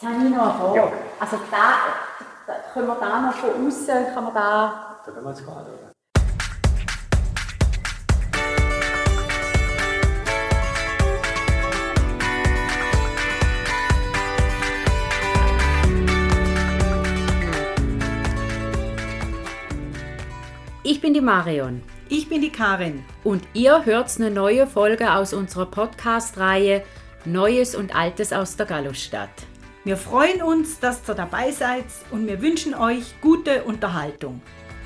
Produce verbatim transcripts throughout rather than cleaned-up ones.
Jetzt habe ich noch eine Frage. Ja. Also da, da können wir da noch von außen, kann man da... Da können wir jetzt gerade, oder? Ich bin die Marion. Ich bin die Karin. Und ihr hört eine neue Folge aus unserer Podcast-Reihe Neues und Altes aus der Gallusstadt. Wir freuen uns, dass ihr dabei seid und wir wünschen euch gute Unterhaltung.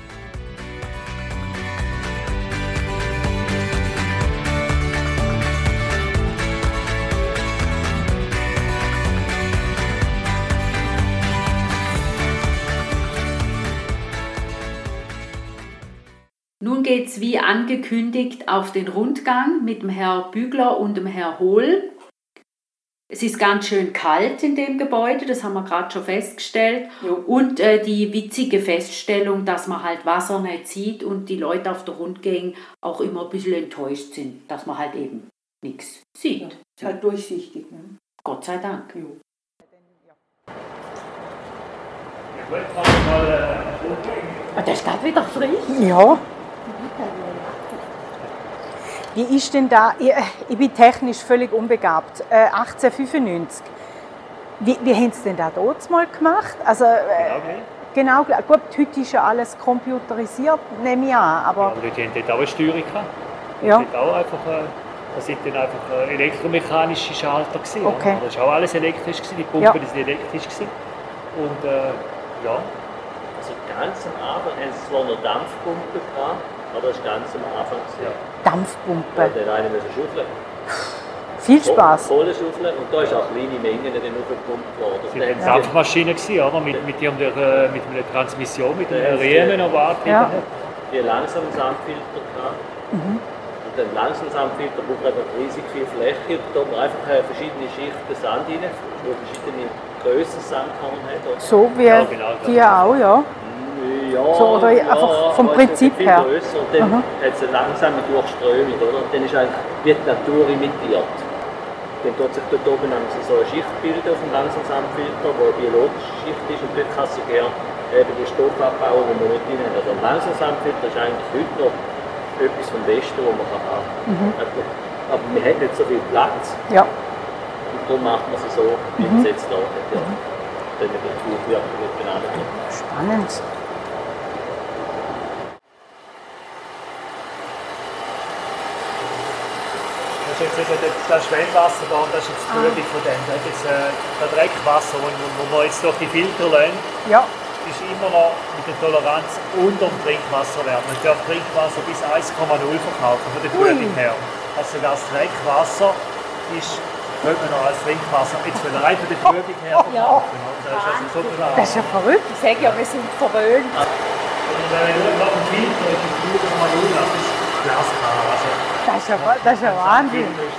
Nun geht's wie angekündigt auf den Rundgang mit dem Herrn Bügler und dem Herrn Hohl. Es ist ganz schön kalt in dem Gebäude, das haben wir gerade schon festgestellt. Jo. Und äh, die witzige Feststellung, dass man halt Wasser nicht sieht und die Leute auf der Rundgänge auch immer ein bisschen enttäuscht sind, dass man halt eben nichts sieht. Ja, ist halt durchsichtig. Ne? Gott sei Dank. Jo. Ah, der steht wieder frisch. Ja. Wie ist denn da? Ich, ich bin technisch völlig unbegabt. Äh, achtzehnhundertfünfundneunzig. Wie, wie haben Sie denn da dort mal gemacht? Also, äh, genau, genau. Gut, heute ist ja alles computerisiert, nehme ich an. Aber Ja, die haben dort auch eine Steuerung gehabt. ja. Dort auch einfach, äh, das sind dann einfach äh, elektromechanische Schalter gewesen. Okay. Oder? Das war auch alles elektrisch gewesen. Die Pumpen Ja. die sind elektrisch gewesen. Und äh, ja. Also ganz am Anfang haben sie zwar noch Dampfpumpe gehabt, aber das war ganz am Anfang. Ja. Ja, Dampfpumpe. den einen müssen schaufeln. Viel Spaß. Kohle schaufeln und da ist auch kleine Mengen dann aufgepumpt worden. Das Und waren dann haben sie- Dampfmaschinen, gewesen, oder? Mit, mit, ihrem, äh, mit einer Transmission, mit Ja, einem das Riemen, der Ja. angetrieben hat. die langsamen Sandfilter gehabt. Mhm. Und den langsamen Sandfilter braucht einfach riesig viel Fläche. Und da hat man einfach äh, verschiedene Schichten Sand rein, wo verschiedene Grössen Sandkorn hat. Oder? So wie Ja, genau, das die ist- auch, ja. Ja, So, oder ja, einfach vom aber es ist Prinzip viel her. grösser. Und dann Mhm. hat es eine langsame Durchströmung, oder? Und dann ist eigentlich wie die Natur imitiert. Dann tut sich dort oben so eine Schicht bilden auf dem langsamen Sandfilter, wo eine biologische Schicht ist, und dort kannst du gerne eben die Stoffe abbauen, die man nicht drin hat. Also ein langsamer Sandfilter ist eigentlich heute noch etwas vom Besten, was man haben kann. Mhm. Aber, aber man hat nicht so viel Platz. Ja. Und darum macht man es so, wie Mhm. es jetzt da hat. Ja. Dann wird es gut wirklich nicht benannt. Spannend. Das ist jetzt eben das Schwemmwasser da, und das ist jetzt die Trübung von dem. Das ist jetzt, äh, das Dreckwasser, wo, wo wir jetzt durch die Filter lassen, Ja. ist immer noch mit der Toleranz unter dem Trinkwasserwert. Man darf Trinkwasser bis eins Komma null verkaufen von der Trübung her. Also das Dreckwasser ist, könnte man noch als Trinkwasser jetzt von der rein von der Trübung her verkaufen. Und das ist also so klar. Das ist ja verrückt. Ich sage ja, wir sind verwöhnt. Und wenn man nach dem Filter ist, ist null Komma null, das ist glasklar. Also, Das ist ja, das ist ja Wahnsinn. Das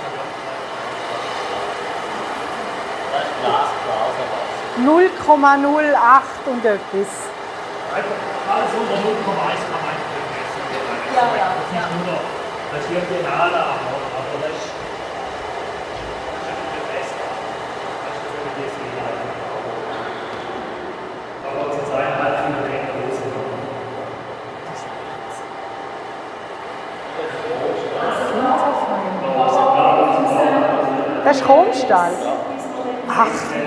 ist Glasfaserwasser. null Komma null acht und etwas. Alles unter null Komma eins kann man eigentlich nicht messen. Ja, ja, Das ist nur noch, das ist irgendwie eine Annahme, aber das ist, das ist nicht messbar. Das ist für die Seele. Aber zu sein, halt viele Meter rausgekommen. Das ist Chromstahl. Ach, Es ist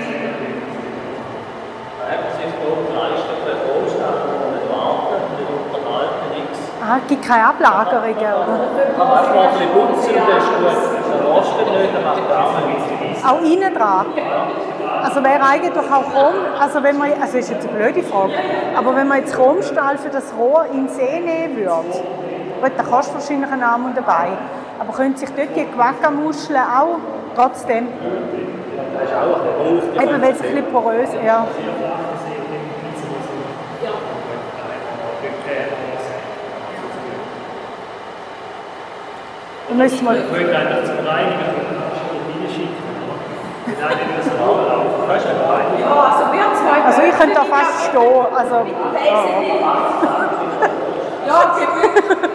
oben Kleinstadt bei Großstadt, wo man nicht warten, nicht unterhalten, nichts. ah, gibt keine Ablagerungen, oder? Man kann einfach mal ein bisschen putzen und das ist gut. Das rostet nicht, dann macht gar nichts. Auch innen dran. Also wäre eigentlich auch Chrom, also wenn man, also ist jetzt eine blöde Frage, aber wenn man jetzt Chromstahl für das Rohr in den See nehmen würde, gut, dann kostet wahrscheinlich einen Arm und ein Bein. Aber können sich dort die Quagga-Muscheln auch trotzdem, Das ist auch ein Beruf. eben weil es ein bisschen porös ist, ja. Wir müssen mal, Ich könnte einfach zum Reinigen reinschicken. Wenn einer in das Rohr laufen, kannst du einfach reinigen. Ja, also wir zwei. also ich könnte da fast stehen, also, ja. Ja, gemütlich.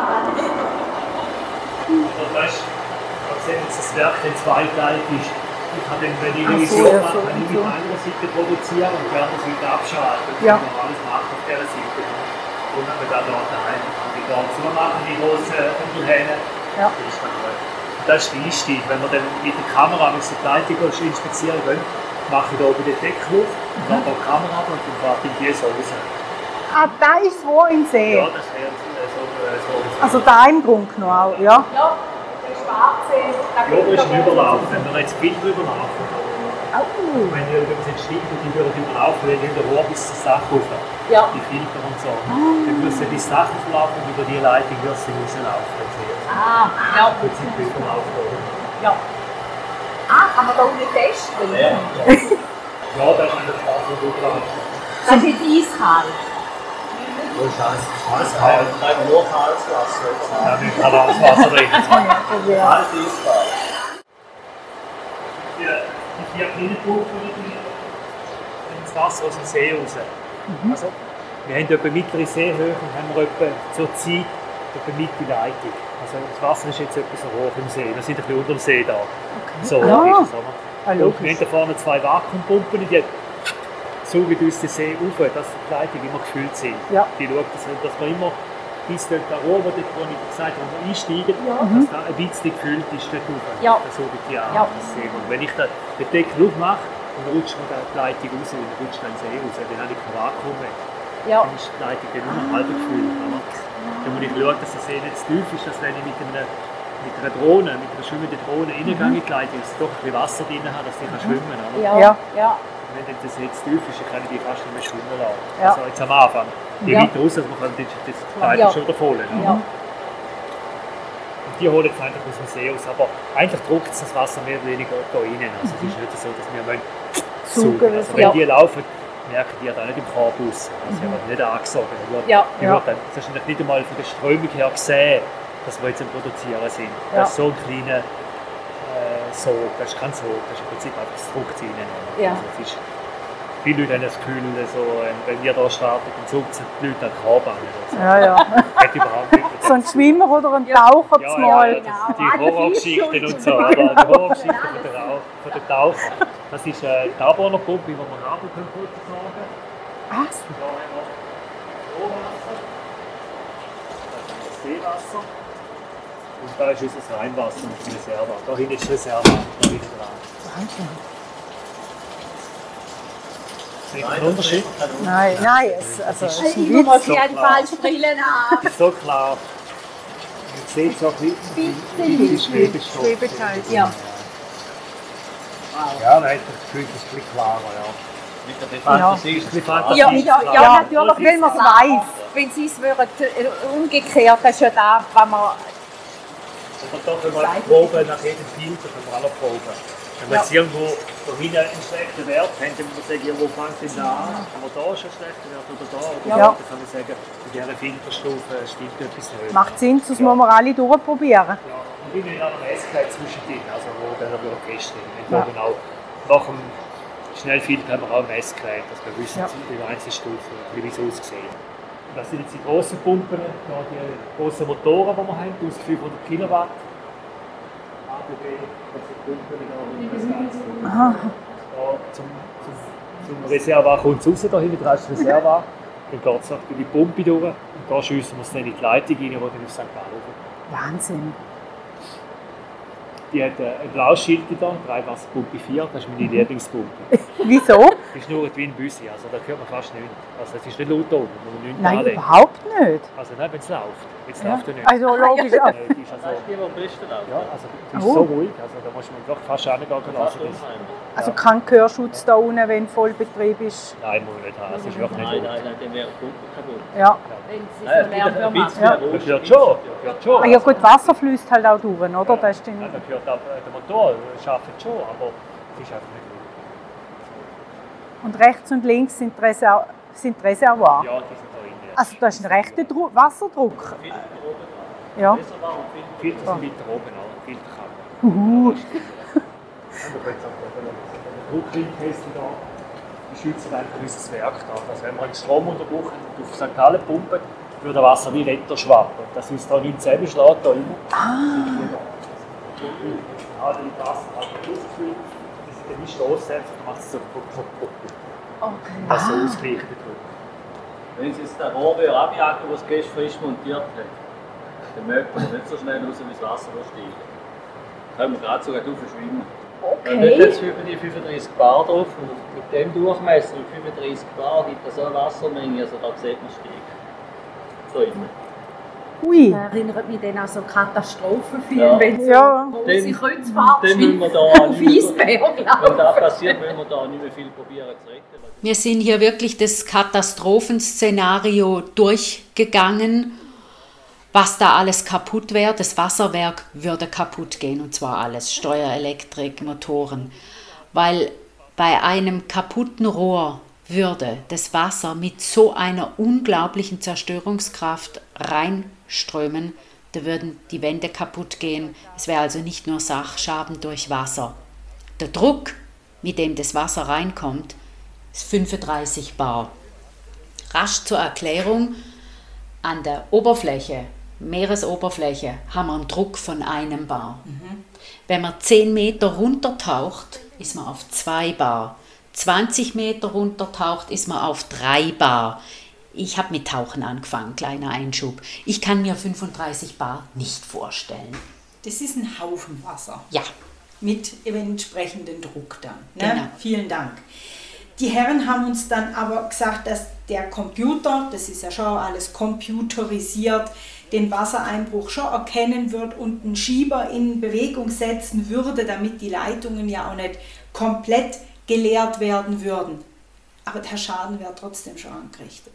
Oder weißt du, wenn jetzt das Werk dann zweiteilig ist, Ich kann dann, wenn ich Ach eine so, Vision ja, mache, so, kann ich so. mit einer Seite produzieren und die andere Seite abschalten. Und Ja. kann man alles machen auf dieser Seite. Und wenn man dann dort daheim kann die dort so machen, die großen Unterhähne. Ja. Das ist dann gut. Das ist der Einstieg. Wenn wir dann mit der Kamera mit der Leitung inspizieren gehen, mache ich da oben den Deckel auf, und dann die Kamera ab und dann fahre ich die so raus. Ah, da ist Rohr im See. Ja, das wäre so, äh, so. Also da im Grunde genommen auch, ja. Ja, der schwarze. Ja, das ist ein Überlauf. Wenn wir jetzt viel drüber laufen, Oh. wenn wir über den Stieg und die würden überlaufen, wenn in der Rohr bis zur Sache rauf, Ja. die Filter und so. Dann müssen die Sachen verlaufen und über die Leitung wird sie rauslaufen. Ah, ja. Wird sie überlaufen. ja. Ah, kann man da unten testen? Ja, ja, das ist eine Straße, die überlaufen. Das ist jetzt eiskalt. Alles kalt. Nein, nur kaltes Wasser. Ja, wir können auch das Wasser drin. Kalt ist kalt. Die, die vier kleinen Pumpen, die nehmen das Wasser aus dem See raus. Also, wir haben etwa mittlere Seehöhe und haben wir etwa zur Zeit etwa Mitte Leitung. Also das Wasser ist jetzt etwas so hoch im See. Wir sind ein bisschen unter dem See da. So Ja. hoch ist es. Oder? Ah, Und logisch. wir haben da vorne zwei Vakuumpumpen, die saugen uns den See auf, dass die Leitungen immer gefüllt sind. Ja. Die schauen, dass, dass wir immer bis dort da oben, dort, wo ich gesagt habe, wo wir einsteigen, dass da ein bisschen gefüllt ist dort oben. Ja. Das saugen die an. Ja. Das See. Und wenn ich da den Deckel aufmache, dann rutscht mir die Leitung raus und dann rutscht dann den See raus. Dann habe ich kein Vakuum mehr. Ja. Dann ist die Leitung dann nur noch halb gefüllt. Oder? Dann muss ich schauen, dass der See nicht zu tief ist, dass wenn ich mit, einem, mit einer Drohne, mit einer schwimmenden Drohne reingehe in die Leitung, dass ich doch ein bisschen Wasser drin habe, dass ich kann schwimmen kann. Oder? Ja. Ja. Ja. Wenn dann der See zu tief ist, dann kann ich die fast nicht mehr schwimmen lassen. Ja. Also jetzt am Anfang. Je Ja. weiter raus, also man kann das, das Leitung Ja. schon wieder voll. Oder? Ja. Und die holen jetzt einfach aus dem See aus. Aber eigentlich drückt es das Wasser mehr oder weniger da rein. Also es ist nicht so, dass wir Saugen, saugen. Also wenn ja. die laufen, merken die auch nicht im Kabus. Also sie werden nicht angesogen. Die wird- Ja. Die wird dann wahrscheinlich nicht einmal von der Strömung her gesehen, dass wir jetzt am Produzieren sind. Ja. Das ist so ein kleiner äh, Sog. Das ist kein Sog, das ist im Prinzip einfach das Druckt rein. Ja. Also es ist, viele Leute haben das Gefühl, so, äh, wenn wir hier starten, dann saugt es die Leute an den Kabel an. Also, Ja, ja. hat überhaupt nicht. So ein Schwimmer oder ein Taucher Ja, zum ja, Mal. ja, das, die Horrorgeschichten und so, aber die Horrorgeschichten von den, Rau- von den Tauchern. Das ist eine Taborner Pumpe, wo man Kabel kaputt sagen. Was? Da haben wir Rohwasser, das ist Seewasser und da ist unser Rheinwasser und die Reserve. Da hinten ist die Reserve, da hinten dran. Wahnsinn. Seht ihr den Unterschied? Nein, nein, es, also, es ist ein Immer mal Witz. So die klar. falschen Brillen an. Das ist so klar. Man sieht so ein bisschen die Schwebestoff. Schwebeteil. Ja. Ja, man hat das Gefühl, das ist ein bisschen klarer. Ja. Mit der Fantasie ist es klar. Ja, ja, ja, Ja, natürlich. weil man es weiss. Wenn sie es würden, äh, umgekehrt, das ist ja da, wenn man. Und da können wir proben, nach jedem Filter können wir auch noch proben. Wenn wir jetzt irgendwo von hinten einen schlechten Wert haben, dann muss man sagen, ja, wo fängt denn da an? Haben wir da schon einen schlechten Wert oder da? Oder Ja. da? Dann kann man sagen, in dieser Filterstufe stimmt etwas nicht. Macht Sinn, sonst muss man alle durchprobieren. Ja. Und ich bin auch noch Messgerät zwischendrin, also wo dann wir testen. Wir Ja. haben genau nach dem Schnellfilter haben wir auch ein Messgerät, dass wir wissen, Ja. die Einzelstufen, wie es aussieht. Das sind jetzt die grossen Pumpen, da die grossen Motoren, die wir haben, fünfhundert Kilowatt. A B B, das sind Pumpen, die das Ganze. Aha. Da zum, zum, zum Reservoir kommt es raus, da hinten dran ist das Reservoir. Dann geht es durch die Pumpe durch und da schiessen wir es dann in die Leitung rein, die dann auf Sankt Gallen. Wahnsinn. Die hat ein blaues Schild da, Dreiwasserpumpe vier, das ist meine Lieblingspumpe. Wieso? Die schnurrt wie ein Büssi, also da hört man fast nichts. Also es ist nicht laut oben, wo man nichts Nein, anlegt. überhaupt nicht. Also nicht, wenn es läuft. Jetzt Ja. läuft ja nicht. Also logisch. Äh, ah, die ist also, Das ist die, die am besten läuft. ja, also die ist Oh. so ruhig, also da muss man doch fast auch nicht gehen Fast lassen. Das, unheimlich. Also kein Gehörschutz da unten, wenn Vollbetrieb ist. nein, muss man nicht haben, das ist wirklich Nein, nicht nein, gut. nein, dann wäre die Pumpe kaputt. Ja. Wenn sie Nein, so Lärm es gibt ein machen. bisschen Ja. Das hört schon, das hört schon. Ah, ja gut, Wasser fließt halt auch durch, oder? Das ist dann, Ja, das hört ab, der Motor arbeitet schon, aber es ist einfach nicht gut. und rechts und links sind die, Reser sind die Reservoir. Ja, die sind da drin. Ja. Also da ist ein rechter Dru Wasserdruck. Ja. Filter sind weiter oben, auch Filterkammer. Uhu. Druckringkästen da, die schützen einfach unser Werk da. Also wenn wir einen Stromunterbruch haben und auf Sankt Gallen pumpen, würde das Wasser wie Wetter schwappen. Dass uns da nichts zusammenschlägt, da immer. Ah. Ja, die Wasser hat man ausgefüllt. Das Dann ist los, einfach macht es so pup, pup, pup. Okay. Das so Ah. ausgleichen den Druck. Wenn Sie jetzt den Rohr abjagen, den das Gäste frisch montiert hat, dann merkt man nicht so schnell raus, wie das Wasser da steigt. Da können wir gerade sogar schwimmen. Okay. Wenn jetzt über die fünfunddreißig Bar drauf und mit dem Durchmesser mit fünfunddreißig Bar gibt es so eine Wassermenge, also da sieht man Steig. So innen. Ui. Erinnert mich dann an so Katastrophenfilme, Ja. wenn so Ja. große Dann- Kreuzfahrtschiffe dann müssen wir da auf nicht mehr- Eisberg Wenn laufen. das passiert, müssen wir da nicht mehr viel probieren zu retten. Wir sind hier wirklich das Katastrophenszenario durchgegangen, was da alles kaputt wäre. Das Wasserwerk würde kaputt gehen, und zwar alles, Steuer, Elektrik, Motoren. Weil bei einem kaputten Rohr würde das Wasser mit so einer unglaublichen Zerstörungskraft reinströmen, da würden die Wände kaputt gehen. Es wäre also nicht nur Sachschaden durch Wasser. Der Druck, mit dem das Wasser reinkommt, ist fünfunddreißig Bar. Rasch zur Erklärung: An der Oberfläche, Meeresoberfläche, haben wir einen Druck von einem Bar. Mhm. Wenn man zehn Meter runtertaucht, ist man auf zwei Bar. zwanzig Meter runtertaucht, ist man auf drei Bar. Ich habe mit Tauchen angefangen, kleiner Einschub. Ich kann mir fünfunddreißig Bar nicht vorstellen. Das ist ein Haufen Wasser. Ja. Mit entsprechendem Druck dann. Ne? Genau. Vielen Dank. Die Herren haben uns dann aber gesagt, dass der Computer, das ist ja schon alles computerisiert, den Wassereinbruch schon erkennen wird und einen Schieber in Bewegung setzen würde, damit die Leitungen ja auch nicht komplett geleert werden würden. Aber der Schaden wäre trotzdem schon angerichtet.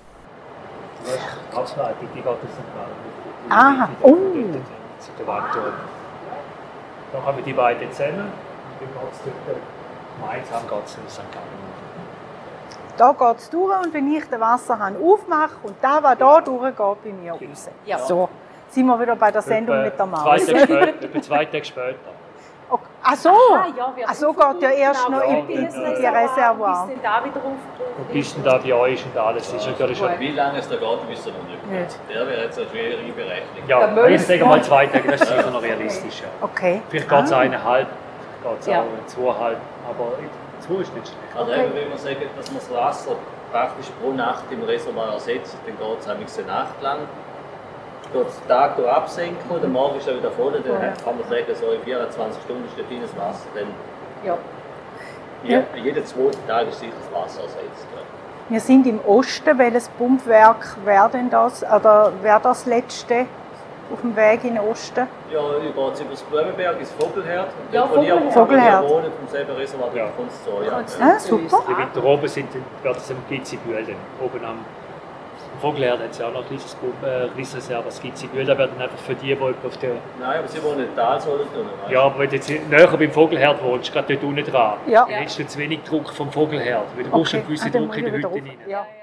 Die Ableitung, die geht aus dem Ah, oh. Zu der Wand durch. Dann haben wir die beiden zusammen und dann geht es dort gemeinsam geht's in Sankt Gallen. Da geht es durch und wenn ich den Wasserhahn aufmache und da, was da durchgeht, bei mir raus. Ja. So, sind wir wieder bei der Sendung Etwa mit der Zwei Maus. Tage später, etwa zwei Tage später. Okay. Ach so, ja, ach so geht ja erst noch in, in, in die Reservoir. Bis dann da wieder Und bis dann da bei euch ist und alles, ist natürlich schon... Wie lange es da geht, wissen wir nicht. Nicht. Der wäre jetzt eine schwierige Berechnung. Ja, ich sage mal zwei Tage, das ist sicher noch realistisch. Ja. Okay. Vielleicht geht es Ah. eineinhalb, geht es Ja. auch zweieinhalb, aber zwei ist nicht schlecht. Also eben, wenn wir sagen, dass man das Wasser praktisch pro Nacht im Reservoir ersetzt, dann geht es nämlich eine Nacht lang. Geht es den Tag durch absenken und am Morgen ist er wieder voll, dann Ja. kann man sagen, so in vierundzwanzig Stunden ist dort drin das Wasser. Dann Ja. ja. jeden zweiten Tag ist sicher das Wasser ersetzt. Ja. Wir sind im Osten. Welches Pumpwerk wäre denn das? Oder wäre das letzte auf dem Weg in den Osten? Ja, ich gehe jetzt über das Blumenberg ins Vogelherd. Und Ja, dort, wo ihr- Vogelherd. Vogelherd. wo ihr wohnt, vom selben Reservoir, Ja. dort kommt es so. Ja. Kommt's Ja. Ah, super. Die weiter oben sind, dann wird es am Gitzibühl, dann oben am Vogelherd hat es ja auch noch ein kleines Pump- äh, kleines Reserve, das Gitzibühl, da werden einfach für die, die auf der... Nein, aber sie wohnen in Talsohlen drin. weißt du? Ja, aber wenn du jetzt näher beim Vogelherd wohnst, gerade dort unten dran, Ja. dann hättest du zu wenig Druck vom Vogelherd, weil du brauchst einen gewissen Ah, dann Druck muss in ich der wieder Hütte rauf. rein. Ja.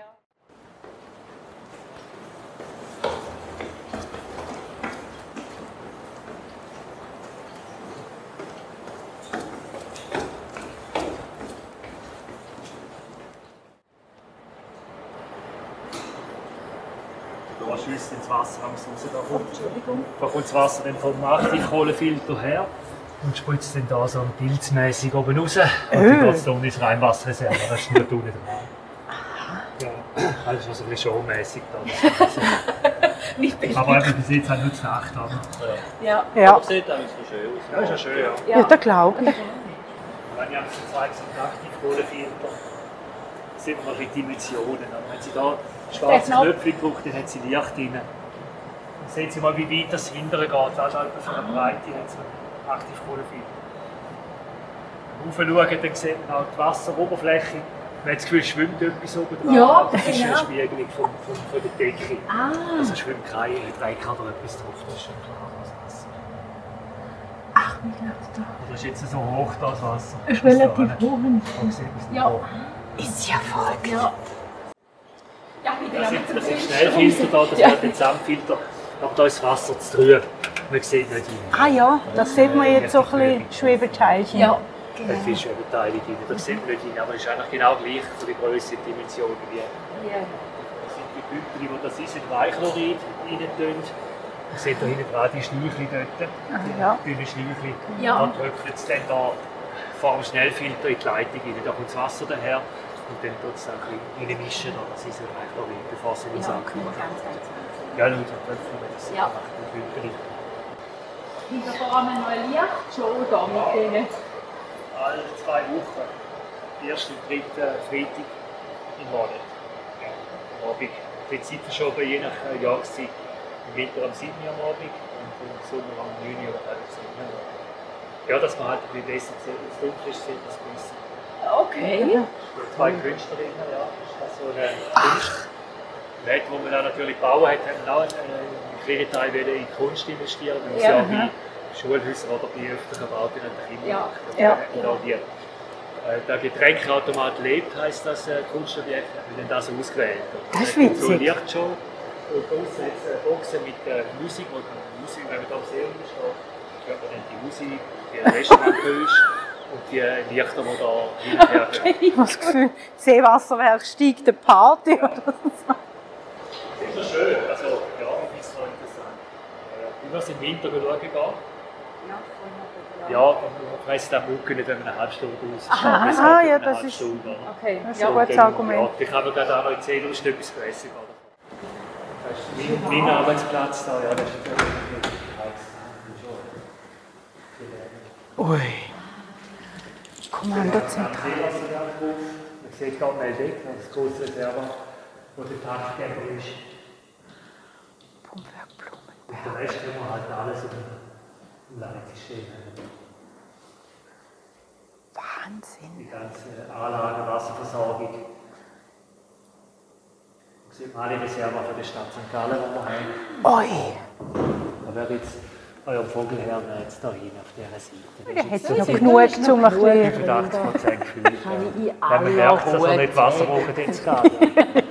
Da schießt ins Wasser raus, da kommt, da kommt das Wasser dann vom Aktivkohlefilter her und spritzt dann da so pilzmäßig oben raus. Und dann geht es da unten ins Reinwasserreserve, das ist nur da unten dran. Ja, das ist also ein bisschen showmäßig da. Das Wasser. Aber eben bis jetzt halt nur die Nacht. Aber. Ja. Ja, Aber sieht auch nicht so schön aus. Ja, ist ja schön, ja. ja, das glaube ich. Wenn ich jetzt zeige, so einen Aktivkohlefilter, sieht man ein bisschen Dimensionen. Aber wenn Sie da schwarze Knopf. Knöpfe drückt, dann hat sie Licht drin. Dann sehen Sie mal, wie weit das hintere geht. Das ist halt für eine Breite hat so einen Aktivkohlefilter. Raufschauen, dann sieht man auch die Wasseroberfläche. Man hat das Gefühl, es schwimmt etwas oben dran. Ja, aber das ist genau. eine Spiegelung von, von, von der Decke. Ah. Also schwimmt kein Dreck oder etwas drauf, das ist schon klar. Das Wasser. Ach, wie läuft das? Das ist jetzt so hoch, das Wasser. Ist relativ hoch. Da sieht man es Ja. noch. Ist ja verrückt. Ja. Ja, Das sind, das sind Schnellfilter da, das wäre der Zusammenfilter. Aber da ist das Wasser zu trüb. Man sieht nicht hin. Ah ja, da sieht man jetzt so ein bisschen Schwebeteilchen. Ja. Ein Fischschwebeteilung drin. Da sieht man nicht hin, aber es ist eigentlich genau gleich von der Größe und Dimensionen wie. Ja. Das sind die Büppel, die das ist, mit Weichchlorid rein tun. Man sieht da hinten dran die Schläuche dort. ja. Die dünnen Schläuche. Ja. Da tröpfelt es dann da vor dem Schnellfilter in die Leitung rein. Da kommt das Wasser daher und dann tut es auch ein bisschen reinmischen, oder sie sind eigentlich noch rein, bevor sie in den Sack kommen. Ja, schau, da köpfen wir das Ja. Kühlchen. Hinter vorne noch ein Lichtshow da mit denen. Alle zwei Wochen. Erst und dritten Freitag im Monat. Ja. Am Abend. Im Prinzip verschoben, je nach Jahreszeit. Im Winter am sieben Uhr am Abend und im Sommer am neun Uhr oder halb zehn Uhr. Ja, dass man halt ein bisschen besser sieht, wenn es dunkel ist, sieht man es besser. Okay. Zwei Künstlerinnen, ja. Das ist so eine Kunst. Nicht, wo man dann natürlich bauen hat, haben wir auch einen kleinen Teil wieder in Kunst investieren, weil man es Ja. ja bei Schulhäusern oder bei öffentlichen Bauten natürlich immer Ja. macht. Ja. Genau die, äh, der Getränkeautomat lebt, heisst das äh, Kunstobjekt, haben wir dann das ausgewählt. Das ist Da gibt es so eine witzig. Lichtshow und draussen hat es eine Boxen mit äh, Musik, wo die Musik, wenn man da am See steht, hört man dann die Musik, die Restaurantgeräusche und die Lichter, die da hin und her gehen. Ich habe das Gefühl, das Seewasserwerk steigt eine Party oder so. Das ist ja schön, also ja, ich finde es noch interessant. Äh, Ich muss im Winter schauen gehen. Ja, dann fressen den Buckel nicht, wenn man eine halbe Stunde aus ist. Aha, Es geht ah, über ja, eine das halbe ist- Stunde, oder? Okay. Das ist Ja. ein gutes Dann, Argument. Ja, ich kann mir gerade auch noch erzählen, du hast etwas gegessen. Oder? Das ist mein, mein Arbeitsplatz da, ja, das ist natürlich Ui. Kommandozentral. Man sieht gerade mal weg, das große Reservoir, wo der Taktgeber ist. Pumpwerk Blumenberg. Und der Rest haben wir halt alles im Leitsystem. Wahnsinn. Die ganze Anlage, Wasserversorgung. Da sieht man alle Reserven von der Stadt Sankt Gallen, die wir haben. Ui. Da wäre jetzt euer Vogelherr jetzt da hin auf dieser Seite. Da hätte ich noch genug, um ein bisschen... fünfundachtzig Prozent gefüllt. Kann ich in Wenn man aller merkt, dass wir Ruhe nicht Wasser zeigen. brauchen, dann zu gehen.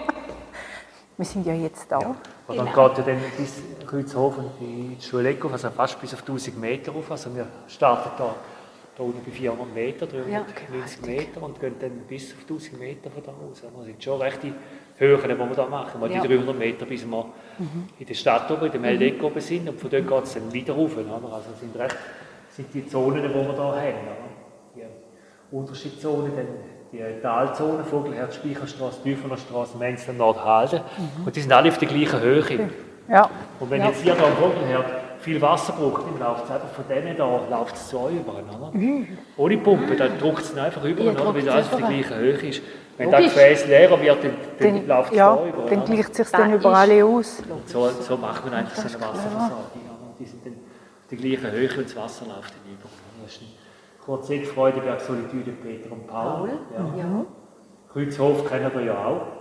Wir sind ja jetzt da. Und dann geht ja dann bis Kreuzhof und die Schuleck auf, also fast bis auf tausend Meter auf. Also wir starten da, da unten bei vierhundert Meter, dreihundertneunzig Meter und gehen dann bis auf tausend Meter von da aus. Das sind schon rechte Höhen, die wir da machen. Mal Ja. die dreihundert Meter, bis wir in der Stadt oben, in der Meldeck oben sind. Und von dort geht es dann wieder rauf. Oder? Also das sind, recht, sind die Zonen, die wir hier haben. Oder? Die Unterschiedszonen, dann die Talzonen, Vogelherz, Speicherstraße, Tüfernerstraße, Menzel, Nordhalden. Und die sind alle auf der gleichen Höhe. Ja. Und wenn jetzt hier da am Vogelherd viel Wasser braucht, dann läuft es einfach von denen da läuft es zu euch über. Oder? Ohne Pumpe, dann drückt es einfach über, Ja, oder? Weil drückt's alles auf der über. gleichen Höhe ist. Wenn das Logisch. Gefäß leerer wird, dann, dann, Dann, läuft es ja, da über. dann oder? gleicht es sich Da dann über ist- alle aus. Und so, so macht man eigentlich so eine Wasserversorgung. Oder? Die sind dann auf der gleichen Höhe und das Wasser läuft dann über. Das ist ein Kurz Freudenberg, Solitude, Peter und Paul. Ja. Ja. Kreuzhof kennen wir ja auch.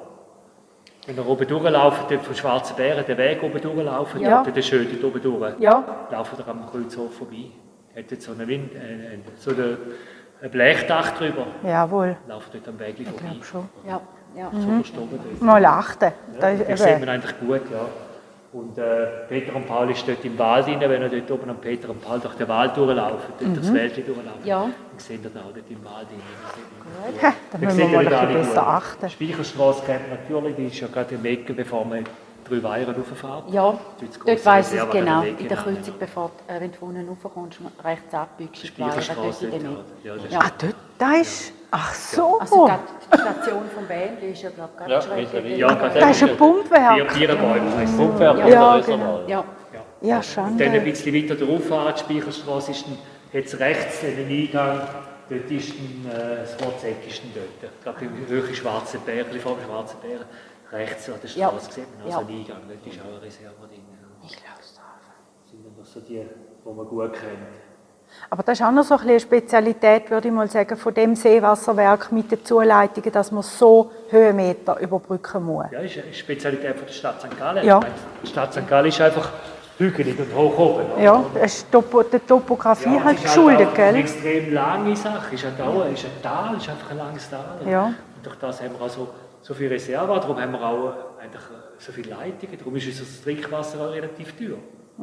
Wenn wir oben durchlaufen, dort von Schwarzen Bären, den Weg oben durchlaufen, Ja. dort ist schön dort oben durch. Ja. Laufen wir am Kreuzhof vorbei. Hat dort so ein, Wind, äh, so eine, ein Blechdach drüber. Jawohl. Laufen dort am Weg vorbei. Ich glaube schon. Ja. Ja. So verstoben dort. Mal achten. Ja, Das das ist sieht eben, man eigentlich gut, ja. Und äh, Peter und Paul ist dort im Wald rein, wenn ihr dort oben am Peter und Paul durch den Wald durchlaufen, dort durchs Wäldchen durchlaufen, Ja. dann seht ihr da auch dort im Wald rein. ha, da müssen wir mal ein bisschen besser Die achten. Speicherstraße kennt man natürlich, die ist ja gerade im Ecke, bevor man drei Weiher rauffährt. Ja, Dort dort weiss ich es Reserve genau. an der Ecke In der rein. Kreuzung, bevor du, äh, wenn du von unten raufkommst, rechts abbiegst, ist die Weiher, dort Speicherstraße in der dort, Mitte. ja, das ist- Ja. Ah, dort, da ist... Ach so. Also gerade die Station vom Bändli ist ja, glaube ich, Ja, gerade schräg. mittlerweile. Ja, gerade Da ist ein Pumpwerk. Vier Bierenbäume heisst es. Pumpwerk Ja. oder Ja, Reservoir. Ja. Ja, Und dann ein Schande. bisschen weiter rauffahren, die Speicherstraße ist dann jetzt rechts den Eingang, dort ist dann, äh, das Wortzeck ist dann dort. Gerade im höheren Schwarzen Bär, ein bisschen vor dem Schwarzen Bär, rechts an der Ja. Straße sieht man, also Ja. ein Eingang, dort ist auch eine Reserve drin. Ich glaub's drauf. Das sind dann doch so die, die man gut kennt. Aber das ist auch noch so ein bisschen eine Spezialität, würde ich mal sagen, von dem Seewasserwerk mit den Zuleitungen, dass man so Höhenmeter überbrücken muss. Ja, ist eine Spezialität von der Stadt Sankt Gallen. Ja. Ich meine, die Stadt Sankt Gallen ist einfach hügelig und hoch oben. oder? Ja, das ist Topo, der Topografie Ja, halt es ist geschuldet, auch eine gell? extrem lange Sache. Es ist ein Dauer, ist ein Tal, ist einfach ein langes Tal. Ja. Und durch das haben wir auch so, so viel Reserve, darum haben wir auch eigentlich so viele Leitungen. Darum ist unser Trinkwasser auch relativ teuer.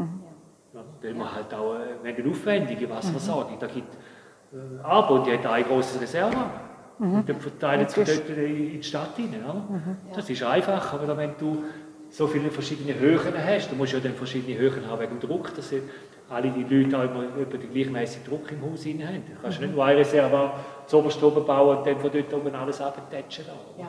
Ja, weil wir halt auch äh, wir haben eine aufwendige Wasserversorgung. Da gibt äh, aber und die hat ein grosses Reservoir. Und dann verteilen sie dort in die Stadt rein. Oder? Das ist einfach, aber wenn du so viele verschiedene Höhen hast, du musst ja dann verschiedene Höhen haben wegen dem Druck. Das ist, alle die Leute auch immer etwa den gleichmäßigen Druck im Haus haben. Du kannst nicht nur ein Reservoir zu oberst oben bauen und dann von dort oben alles abtätschen. Ja.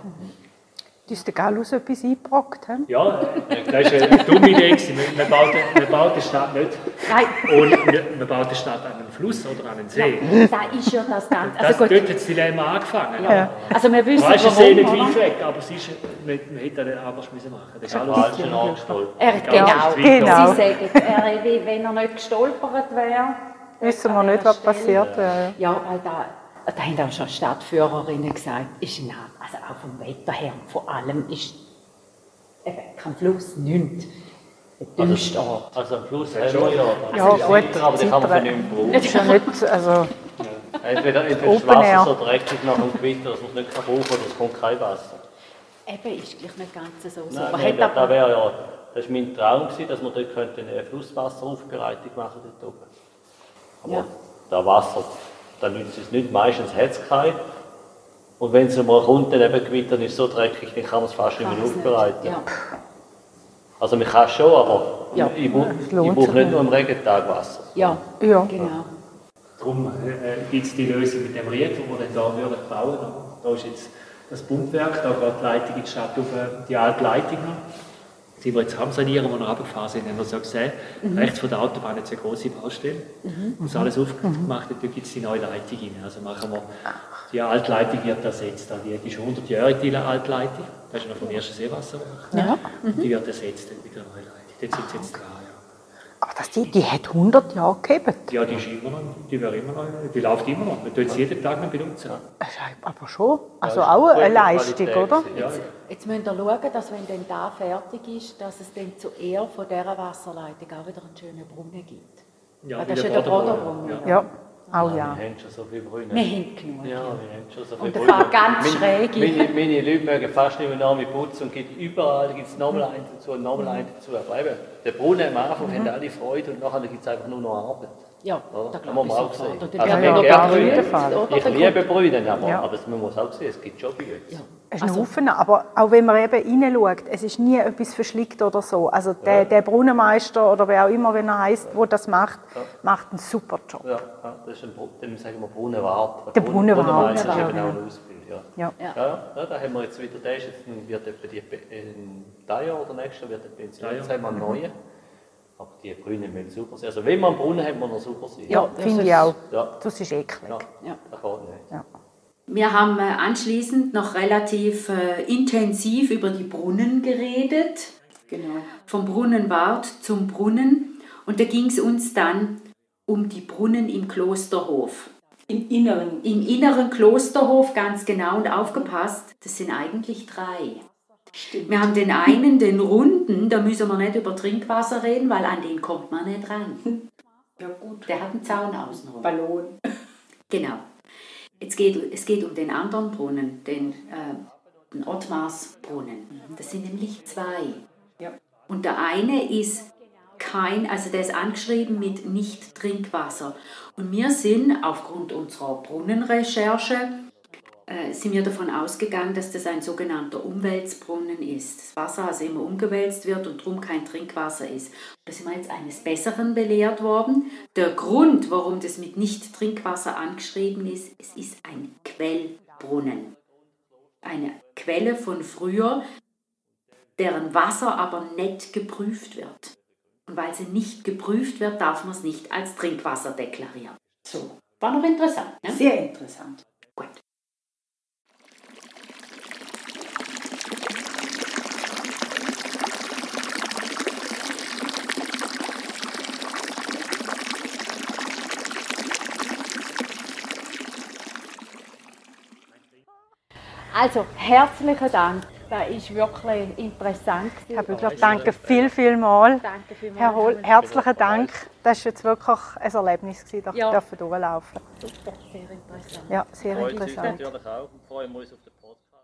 Du hast den Gallus etwas eingebrockt, he? Ja, das war eine dumme Idee. Man baut, man baut die Stadt nicht. Nein. Und man, man baut die Stadt an einen Fluss oder an einen See. Ja, da ist ja das Ganze. Also Das, gut. dort hat das Dilemma angefangen. Ja. Also wir wissen, Weißt du, es ist nicht warum, weit oder? weg, aber es ist, man, man hätte das anders müssen machen. Das ist alles Falschen angestellt. Er, Ja, genau, das ist genau. Sie sagen, er, wie wenn er nicht gestolpert wäre. Wissen wir nicht, was passiert wäre. Ja, weil da, da haben auch schon Stadtführerinnen gesagt, ist nah, also auch vom Wetter her, vor allem ist eben kein Fluss, nichts. Der dümmste Ort. Also am Fluss haben wir ja. Ja, Also gut, Zitter, aber die kann man Zitter. nicht mehr brauchen. Das ist ja nicht, also, Entweder, entweder ist das Open Air. Wasser so dreckig nach dem Gewitter, dass man es nicht kann brauchen kann, oder es kommt kein Wasser. Eben, ist gleich nicht ganz so. so. Nein, Aber nein, hat das aber, wäre ja, das war mein Traum, gewesen, dass wir dort eine Flusswasseraufbereitung machen dort oben. Aber Ja. das Wasser, da nützt es nicht, meistens hat es keinen. Und wenn es mal kommt, dann eben Gewitter ist so dreckig, dann kann man es fast nicht kann mehr es nicht. aufbereiten. Ja. Also man kann es schon, aber Ja. ich, brauche- Es ich lohnt brauche sich nicht nur am Regentag Wasser. Ja, ja. genau. Darum äh, gibt es die Lösung mit dem Ried, die wir dann da würden bauen würden. Da ist jetzt das Pumpwerk, da geht die Leitung in die Stadt auf äh, die alte Leitung noch. Die wir jetzt haben sanieren, die wir runtergefahren sind, haben wir so gesehen. Mhm. Rechts von der Autobahn hat es eine grosse Baustelle. Mhm. Das ist alles aufgemacht und da gibt es die neue Leitung rein. Also machen wir, die alte Leitung wird ersetzt. Die, die ist hundert Jahre die alte Leitung. Das ist noch vom ersten Seewasserwerk. Ja. Und die wird ersetzt mit der neuen Leitung. Dort sind sie jetzt dran, ja. Aber das, die, die hat hundert Jahre gegeben. Ja, die ist immer noch, die wäre immer noch, die läuft immer noch. Man tut sie jeden Tag noch benutzen. Das ist aber schon, also Ja, auch gute eine Leistung, Qualität oder? gewesen. Ja. Jetzt müsst ihr schauen, dass wenn dann da fertig ist, dass es dann zu Ehr von dieser Wasserleitung auch wieder einen schönen Brunnen gibt. Ja, Weil wie das ist ja der der Vorderbrunnen, Vorderbrunnen. Ja, auch ja. Wir haben schon so viele Brünnen. Wir haben genug. Ja, wir haben schon so viele Und ein Brünnen. paar ganz Meine- schräge. Meine, meine Leute mögen fast nicht mehr Namen putzen und gibt überall gibt es nochmal einen dazu und nochmal einen dazu. Aber eben, der Brunnen am Anfang haben alle Freude und nachher gibt es einfach nur noch Arbeit. Ja, Oder? da Das glaube muss ich man auch sofort. sehen. Und dann Also werden ja, wir ja, noch auf jeden begrüßt, Fall. oder? Ich Dann liebe Brünnen, aber, Ja. aber man muss auch sehen, es gibt schon Bütze. Ja. Es ist ein Also- Haufen, aber auch wenn man eben reinschaut, es ist nie etwas verschlickt oder so. Also der, der Brunnenmeister oder wer auch immer, wenn er heisst, der das macht, macht einen super Job. Ja, ja, das ist ein Bru- dann sagen wir Brunnenwart. Der Brunnenwart, Brunnenmeister ist ja. eben auch eine Ausbildung. Ja. Ja. Ja. Ja, ja, ja, da haben wir jetzt wieder, der ist jetzt, wird etwa die, in diesem Jahr oder nächstes Jahr wird er pensioniert, Ja, ja. jetzt haben wir einen neuen. Aber die Brünnen müssen super sein. Also wenn man einen Brunnen hat, muss er super sein. Ja, das finde ist- ich auch. Ja. Das ist eklig. Ja, Ja. das geht nicht. Ja. Wir haben äh, anschließend noch relativ äh, intensiv über die Brunnen geredet. Genau. Vom Brunnenwart zum Brunnen. Und da ging es uns dann um die Brunnen im Klosterhof. Im Inneren. Im inneren Klosterhof, ganz genau, und aufgepasst, das sind eigentlich drei. Stimmt. Wir haben den einen, den runden, da müssen wir nicht über Trinkwasser reden, weil an den kommt man nicht ran. Ja gut. Der hat einen Zaun außenrum. Ballon. Genau. Jetzt geht, es geht um den anderen Brunnen, den, äh, den Ottmarsbrunnen. Das sind nämlich zwei. Ja. Und der eine ist kein, also der ist angeschrieben mit Nicht-Trinkwasser. Und wir sind aufgrund unserer Brunnenrecherche äh, sind wir davon ausgegangen, dass das ein sogenannter Umweltbrunnen ist. Das Wasser also immer umgewälzt wird und darum kein Trinkwasser ist. Da sind wir jetzt eines Besseren belehrt worden. Der Grund, warum das mit Nicht-Trinkwasser angeschrieben ist, es ist ein Quellbrunnen. Eine Quelle von früher, deren Wasser aber nicht geprüft wird. Und weil sie nicht geprüft wird, darf man es nicht als Trinkwasser deklarieren. So, war noch interessant, ne? Sehr interessant. Gut. Also, herzlichen Dank. Das war wirklich interessant. Herr Bügler, danke viel, viel mal. Danke vielmals. Herr Hohl, herzlichen Dank. Das war jetzt wirklich ein Erlebnis, dass Ja. ich dürfen durchlaufen durfte. Super, sehr interessant. Ja, sehr Freut uns interessant. natürlich auch und freuen wir uns auf den Podcast.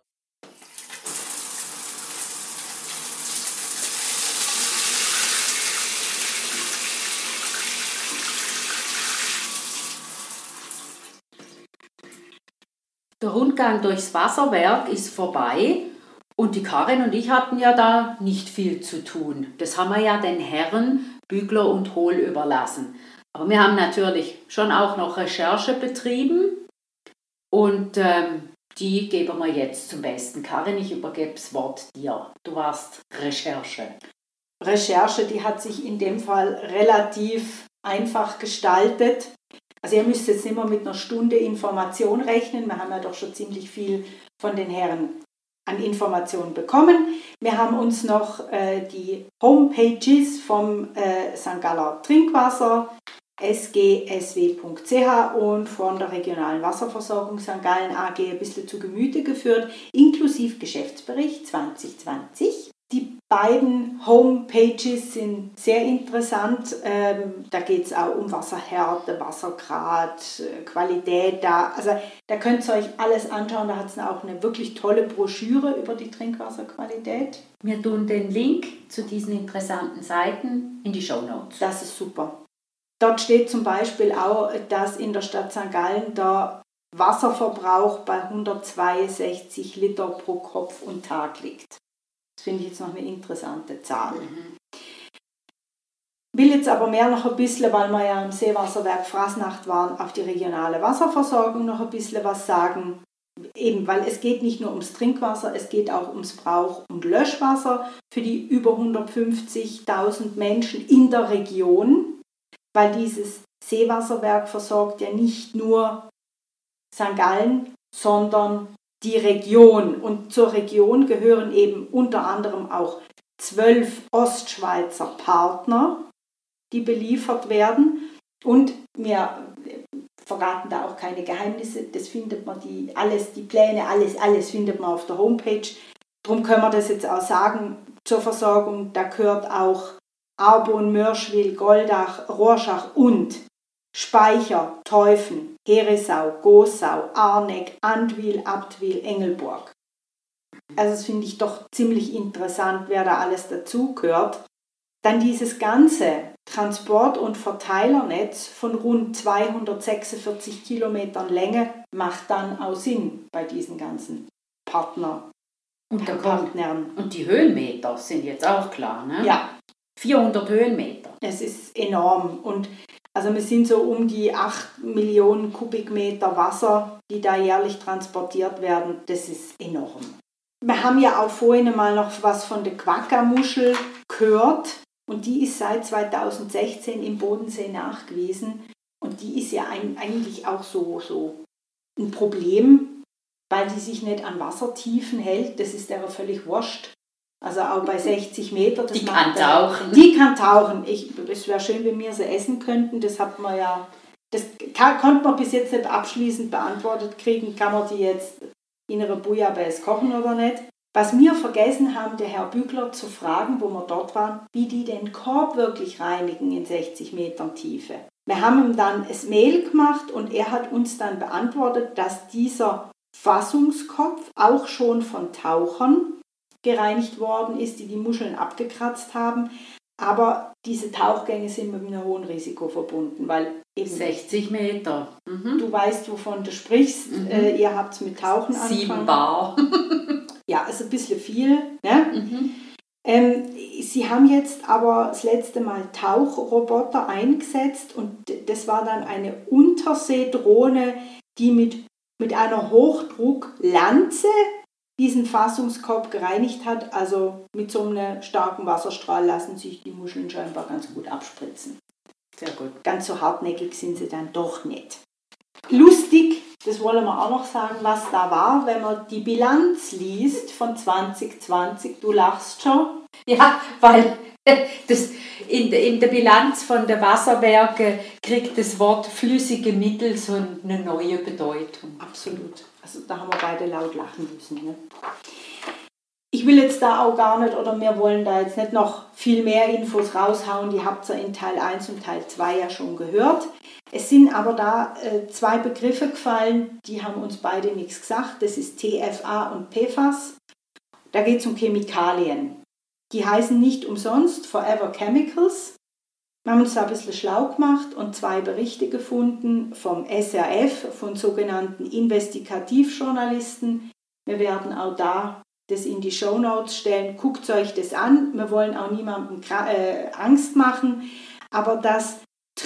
Der Rundgang durchs Wasserwerk ist vorbei und die Karin und ich hatten ja da nicht viel zu tun. Das haben wir ja den Herren Bügler und Hohl überlassen. Aber wir haben natürlich schon auch noch Recherche betrieben und ähm, die geben wir jetzt zum Besten. Karin, ich übergebe das Wort dir. Du warst Recherche. Recherche, die hat sich in dem Fall relativ einfach gestaltet. Also ihr müsst jetzt nicht mehr mit einer Stunde Information rechnen. Wir haben ja doch schon ziemlich viel von den Herren an Informationen bekommen. Wir haben uns noch äh, die Homepages vom äh, Sankt Galler Trinkwasser, s g s w punkt c h und von der regionalen Wasserversorgung Sankt Gallen A G ein bisschen zu Gemüte geführt, inklusive Geschäftsbericht zwanzig zwanzig. Die beiden Homepages sind sehr interessant. Ähm, da geht es auch um Wasserhärte, Wassergrad, Qualität. Da, also, da könnt ihr euch alles anschauen. Da hat es auch eine wirklich tolle Broschüre über die Trinkwasserqualität. Wir tun den Link zu diesen interessanten Seiten in die Shownotes. Das ist super. Dort steht zum Beispiel auch, dass in der Stadt Sankt Gallen der Wasserverbrauch bei hundertzweiundsechzig Liter pro Kopf und Tag liegt. Das finde ich jetzt noch eine interessante Zahl. Mhm. Will jetzt aber mehr noch ein bisschen, weil wir ja im Seewasserwerk Frasnacht waren, auf die regionale Wasserversorgung noch ein bisschen was sagen. Eben, weil es geht nicht nur ums Trinkwasser, es geht auch ums Brauch- und Löschwasser für die über hundertfünfzigtausend Menschen in der Region, weil dieses Seewasserwerk versorgt ja nicht nur Sankt Gallen, sondern die Region. Und zur Region gehören eben unter anderem auch zwölf Ostschweizer Partner, die beliefert werden. Und wir verraten da auch keine Geheimnisse, das findet man, die, alles, die Pläne, alles, alles findet man auf der Homepage. Darum können wir das jetzt auch sagen, zur Versorgung, da gehört auch Arbon, Mörschwil, Goldach, Rorschach und Speicher, Teufen, Herisau, Gossau, Arneck, Andwil, Abtwil, Engelburg. Also das finde ich doch ziemlich interessant, wer da alles dazugehört. Dann dieses ganze Transport- und Verteilernetz von rund zweihundertsechsundvierzig Kilometern Länge macht dann auch Sinn bei diesen ganzen Partner und äh, Partnern. Und die Höhenmeter sind jetzt auch klar, ne? Ja. vierhundert Höhenmeter. Es ist enorm. Und also wir sind so um die acht Millionen Kubikmeter Wasser, die da jährlich transportiert werden. Das ist enorm. Wir haben ja auch vorhin mal noch was von der Quagga-Muschel gehört. Und die ist seit zweitausendsechzehn im Bodensee nachgewiesen. Und die ist ja ein, eigentlich auch so, so ein Problem, weil die sich nicht an Wassertiefen hält. Das ist der völlig wurscht. Also auch bei sechzig Meter. Die kann tauchen. Die kann tauchen. Ich, es wäre schön, wenn wir sie essen könnten. Das hat man ja, das kann, konnte man bis jetzt nicht abschließend beantwortet kriegen. Kann man die jetzt in einer Bouillabaisse kochen oder nicht? Was wir vergessen haben, der Herr Bügler zu fragen, wo wir dort waren, wie die den Korb wirklich reinigen in sechzig Metern Tiefe. Wir haben ihm dann das Mail gemacht und er hat uns dann beantwortet, dass dieser Fassungskopf auch schon von Tauchern gereinigt worden ist, die die Muscheln abgekratzt haben. Aber diese Tauchgänge sind mit einem hohen Risiko verbunden, weil eben sechzig Meter. Mhm. Du weißt, wovon du sprichst. Mhm. Äh, ihr habt es mit Tauchen angefangen. Sieben Bar. Ja, ist ein bisschen viel. Ne? Mhm. Ähm, sie haben jetzt aber das letzte Mal Tauchroboter eingesetzt und das war dann eine Unterseedrohne, die mit, mit einer Hochdrucklanze diesen Fassungskorb gereinigt hat. Also mit so einem starken Wasserstrahl lassen sich die Muscheln scheinbar ganz gut abspritzen. Sehr gut. Ganz so hartnäckig sind sie dann doch nicht. Lustig, das wollen wir auch noch sagen, was da war, wenn man die Bilanz liest von zwanzig zwanzig. Du lachst schon. Ja, weil das in, in der Bilanz von der Wasserwerke kriegt das Wort flüssige Mittel so eine neue Bedeutung. Absolut. Also da haben wir beide laut lachen müssen. Ne? Ich will jetzt da auch gar nicht, oder wir wollen da jetzt nicht noch viel mehr Infos raushauen. Die habt ihr in Teil eins und Teil zwei ja schon gehört. Es sind aber da äh, zwei Begriffe gefallen, die haben uns beide nichts gesagt. Das ist T F A und P F A S. Da geht es um Chemikalien. Die heißen nicht umsonst Forever Chemicals. Wir haben uns da ein bisschen schlau gemacht und zwei Berichte gefunden vom S R F, von sogenannten Investigativjournalisten. Wir werden auch da das in die Shownotes stellen. Guckt euch das an. Wir wollen auch niemandem äh, Angst machen. Aber das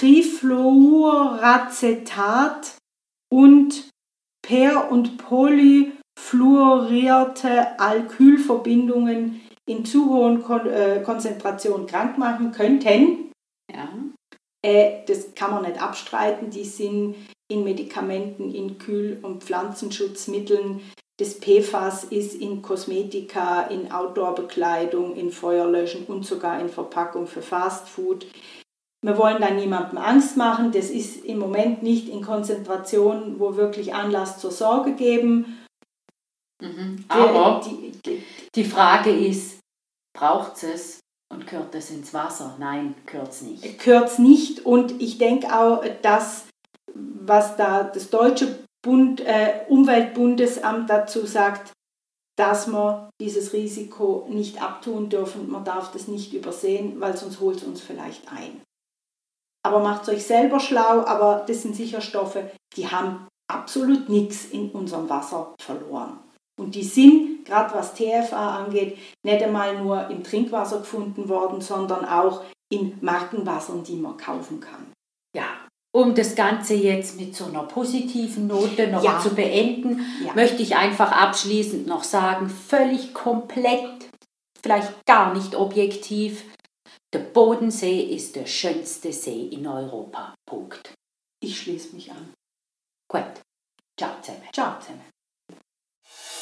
Trifluoracetat und per- und polyfluorierte Alkylverbindungen in zu hohen Kon- äh, Konzentrationen krank machen könnten. Ja. Äh, das kann man nicht abstreiten. Die sind in Medikamenten, in Kühl- und Pflanzenschutzmitteln. Das P F A S ist in Kosmetika, in Outdoor-Bekleidung, in Feuerlöschen und sogar in Verpackung für Fastfood. Wir wollen da niemandem Angst machen. Das ist im Moment nicht in Konzentrationen, wo wirklich Anlass zur Sorge geben. Mhm. Aber die, die, die Frage ist, braucht es und gehört es ins Wasser? Nein, gehört es nicht. Gehört es nicht. Und ich denke auch, dass was da das deutsche Bund, äh, Umweltbundesamt dazu sagt, dass wir dieses Risiko nicht abtun dürfen. Man darf das nicht übersehen, weil sonst holt es uns vielleicht ein. Aber macht es euch selber schlau, aber das sind sicher Stoffe, die haben absolut nichts in unserem Wasser verloren. Und die sind, gerade was T F A angeht, nicht einmal nur im Trinkwasser gefunden worden, sondern auch in Markenwassern, die man kaufen kann. Ja, um das Ganze jetzt mit so einer positiven Note noch Ja. zu beenden, Ja. möchte ich einfach abschließend noch sagen, völlig komplett, vielleicht gar nicht objektiv, der Bodensee ist der schönste See in Europa. Punkt. Ich schließe mich an. Gut. Ciao zusammen. Ciao zusammen.